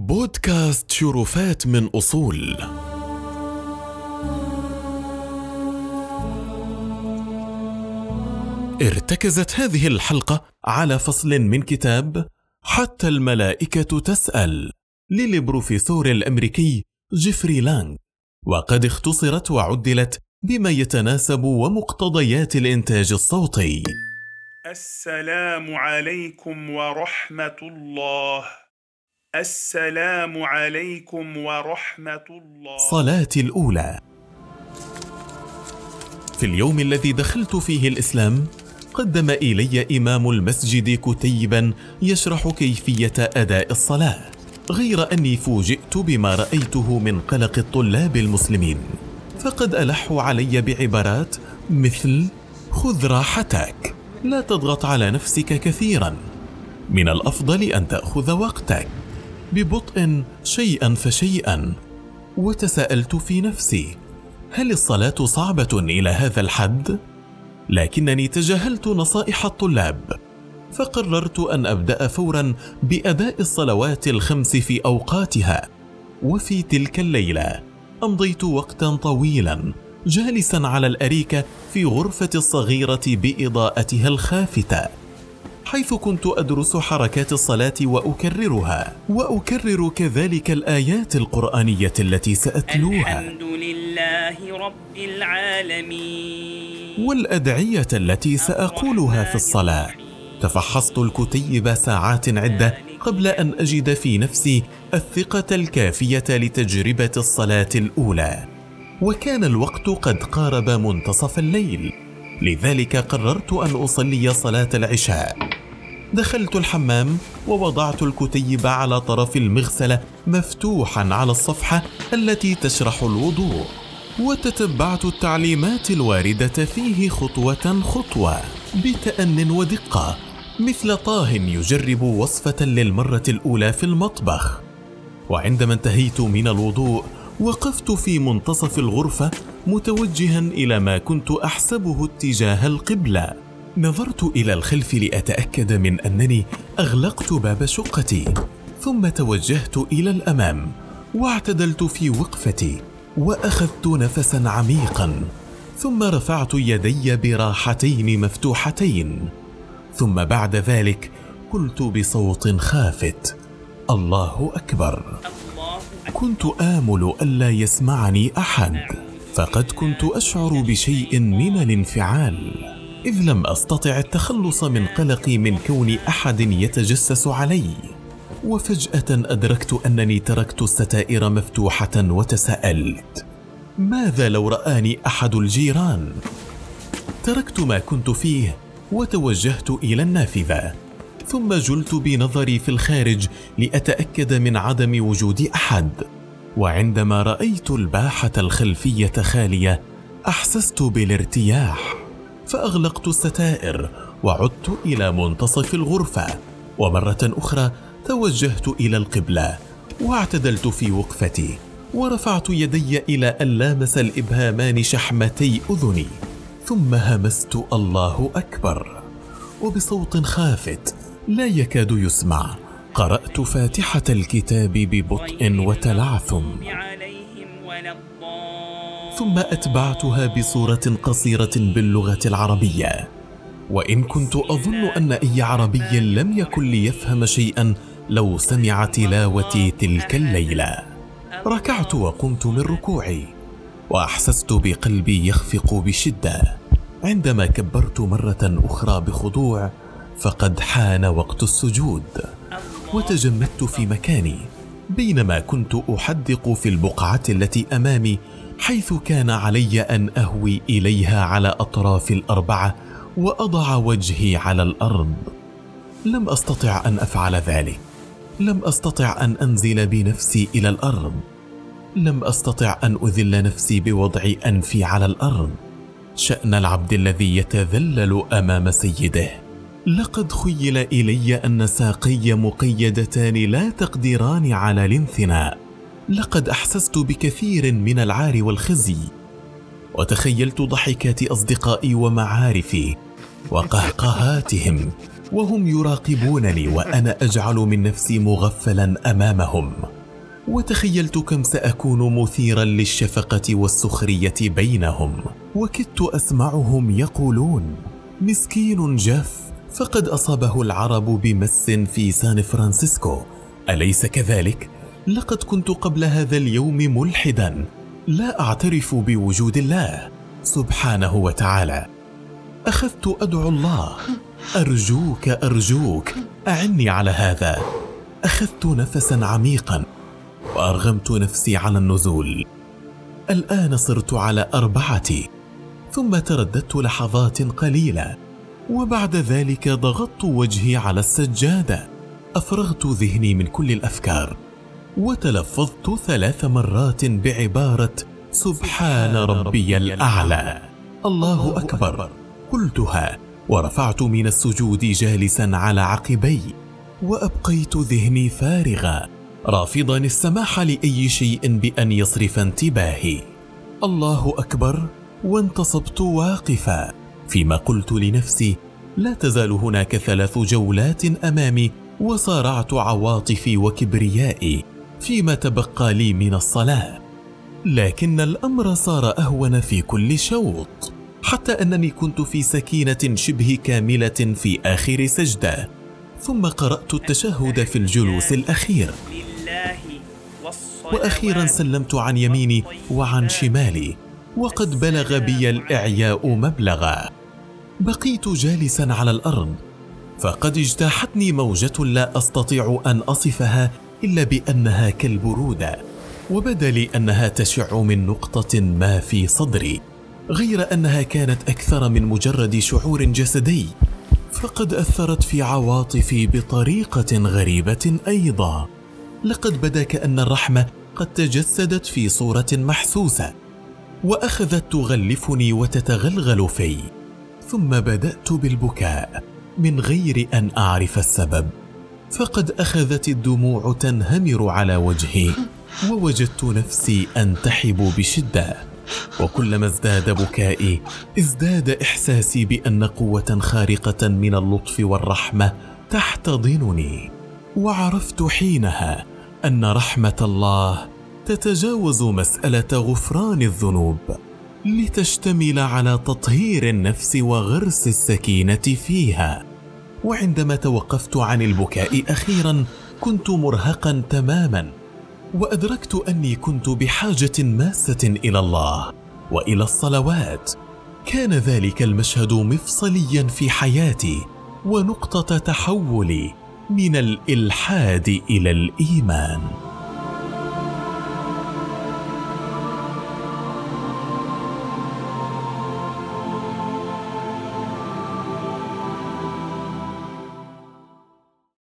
بودكاست شرفات من أصول. ارتكزت هذه الحلقة على فصل من كتاب حتى الملائكة تسأل للبروفيسور الأمريكي جيفري لانغ، وقد اختصرت وعدلت بما يتناسب ومقتضيات الإنتاج الصوتي. السلام عليكم ورحمة الله. السلام عليكم ورحمة الله. صلاتي الأولى. في اليوم الذي دخلت فيه الإسلام، قدم إلي إمام المسجد كتيبا يشرح كيفية أداء الصلاة، غير أني فوجئت بما رأيته من قلق الطلاب المسلمين، فقد ألحوا علي بعبارات مثل: خذ راحتك، لا تضغط على نفسك كثيرا، من الأفضل أن تأخذ وقتك، ببطء شيئا فشيئا. وتساءلت في نفسي: هل الصلاة صعبة إلى هذا الحد؟ لكنني تجاهلت نصائح الطلاب، فقررت أن أبدأ فورا بأداء الصلوات الخمس في أوقاتها. وفي تلك الليلة أمضيت وقتا طويلا جالسا على الأريكة في غرفتي الصغيرة بإضاءتها الخافتة، حيث كنت أدرس حركات الصلاة وأكررها، وأكرر كذلك الآيات القرآنية التي سأتلوها، الحمد لله رب العالمين، والأدعية التي سأقولها في الصلاة. تفحصت الكتيب ساعات عدة قبل أن أجد في نفسي الثقة الكافية لتجربة الصلاة الأولى، وكان الوقت قد قارب منتصف الليل، لذلك قررت أن أصلي صلاة العشاء. دخلت الحمام ووضعت الكتيب على طرف المغسلة مفتوحا على الصفحة التي تشرح الوضوء، وتتبعت التعليمات الواردة فيه خطوة خطوة بتأن ودقة، مثل طاه يجرب وصفة للمرة الأولى في المطبخ. وعندما انتهيت من الوضوء وقفت في منتصف الغرفة متوجها إلى ما كنت أحسبه اتجاه القبلة. نظرت إلى الخلف لأتأكد من أنني أغلقت باب شقتي، ثم توجهت إلى الأمام واعتدلت في وقفتي وأخذت نفسا عميقا، ثم رفعت يدي براحتين مفتوحتين، ثم بعد ذلك قلت بصوت خافت: الله أكبر. كنت آمل ألا يسمعني أحد، فقد كنت أشعر بشيء من الانفعال، إذ لم أستطع التخلص من قلقي من كون أحد يتجسس علي. وفجأة أدركت أنني تركت الستائر مفتوحة وتساءلت: ماذا لو رآني أحد الجيران؟ تركت ما كنت فيه وتوجهت إلى النافذة، ثم جلت بنظري في الخارج لأتأكد من عدم وجود أحد. وعندما رأيت الباحة الخلفية خالية أحسست بالارتياح، فأغلقت الستائر وعدت إلى منتصف الغرفة، ومرة أخرى توجهت إلى القبلة واعتدلت في وقفتي، ورفعت يدي إلى أن لامس الإبهامان شحمتي أذني، ثم همست الله أكبر، وبصوت خافت لا يكاد يسمع قرأت فاتحة الكتاب ببطء وتلعثم، ثم أتبعتها بصورة قصيرة باللغة العربية. وإن كنت أظن أن أي عربي لم يكن ليفهم شيئا لو سمع تلاوتي تلك الليلة. ركعت وقمت من ركوعي، وأحسست بقلبي يخفق بشدة. عندما كبرت مرة أخرى بخضوع فقد حان وقت السجود، وتجمدت في مكاني بينما كنت أحدق في البقعة التي أمامي، حيث كان علي أن أهوي إليها على أطراف الأربعة وأضع وجهي على الأرض. لم أستطع أن أفعل ذلك، لم أستطع أن أنزل بنفسي إلى الأرض، لم أستطع أن أذل نفسي بوضع أنفي على الأرض، شأن العبد الذي يتذلل أمام سيده. لقد خيل إلي أن ساقي مقيدتان لا تقدران على الانثناء. لقد أحسست بكثير من العار والخزي، وتخيلت ضحكات أصدقائي ومعارفي وقهقهاتهم وهم يراقبونني وأنا أجعل من نفسي مغفلا أمامهم. وتخيلت كم سأكون مثيرا للشفقة والسخرية بينهم، وكدت أسمعهم يقولون: مسكين جاف، فقد أصابه العرب بمس في سان فرانسيسكو، أليس كذلك؟ لقد كنت قبل هذا اليوم ملحدا، لا أعترف بوجود الله سبحانه وتعالى. أخذت أدعو الله: أرجوك أرجوك أعني على هذا. أخذت نفسا عميقا وأرغمت نفسي على النزول. الآن صرت على 4، ثم ترددت لحظات قليلة، وبعد ذلك ضغطت وجهي على السجادة، أفرغت ذهني من كل الأفكار، وتلفظت 3 مرات بعبارة سبحان ربي الأعلى، الله أكبر، قلتها ورفعت من السجود جالسا على عقبي، وأبقيت ذهني فارغا رافضا السماح لأي شيء بأن يصرف انتباهي. الله أكبر، وانتصبت واقفا، فيما قلت لنفسي: لا تزال هناك 3 جولات أمامي، وصارعت عواطفي وكبريائي فيما تبقى لي من الصلاة. لكن الأمر صار أهون في كل شوط، حتى أنني كنت في سكينة شبه كاملة في آخر سجدة، ثم قرأت التشهد في الجلوس الأخير، وأخيرا سلمت عن يميني وعن شمالي، وقد بلغ بي الإعياء مبلغا. بقيت جالسا على الأرض، فقد اجتاحتني موجة لا أستطيع أن أصفها إلا بأنها كالبرودة، وبدا لي أنها تشع من نقطة ما في صدري، غير أنها كانت أكثر من مجرد شعور جسدي، فقد أثرت في عواطفي بطريقة غريبة أيضا. لقد بدا كأن الرحمة قد تجسدت في صورة محسوسة، وأخذت تغلفني وتتغلغل في، ثم بدأت بالبكاء من غير أن أعرف السبب، فقد أخذت الدموع تنهمر على وجهي، ووجدت نفسي أنتحب بشدة. وكلما ازداد بكائي ازداد إحساسي بأن قوة خارقة من اللطف والرحمة تحتضنني، وعرفت حينها أن رحمة الله تتجاوز مسألة غفران الذنوب، لتشتمل على تطهير النفس وغرس السكينة فيها. وعندما توقفت عن البكاء أخيرا كنت مرهقا تماما، وأدركت أني كنت بحاجة ماسة إلى الله وإلى الصلوات. كان ذلك المشهد مفصليا في حياتي، ونقطة تحولي من الإلحاد إلى الإيمان.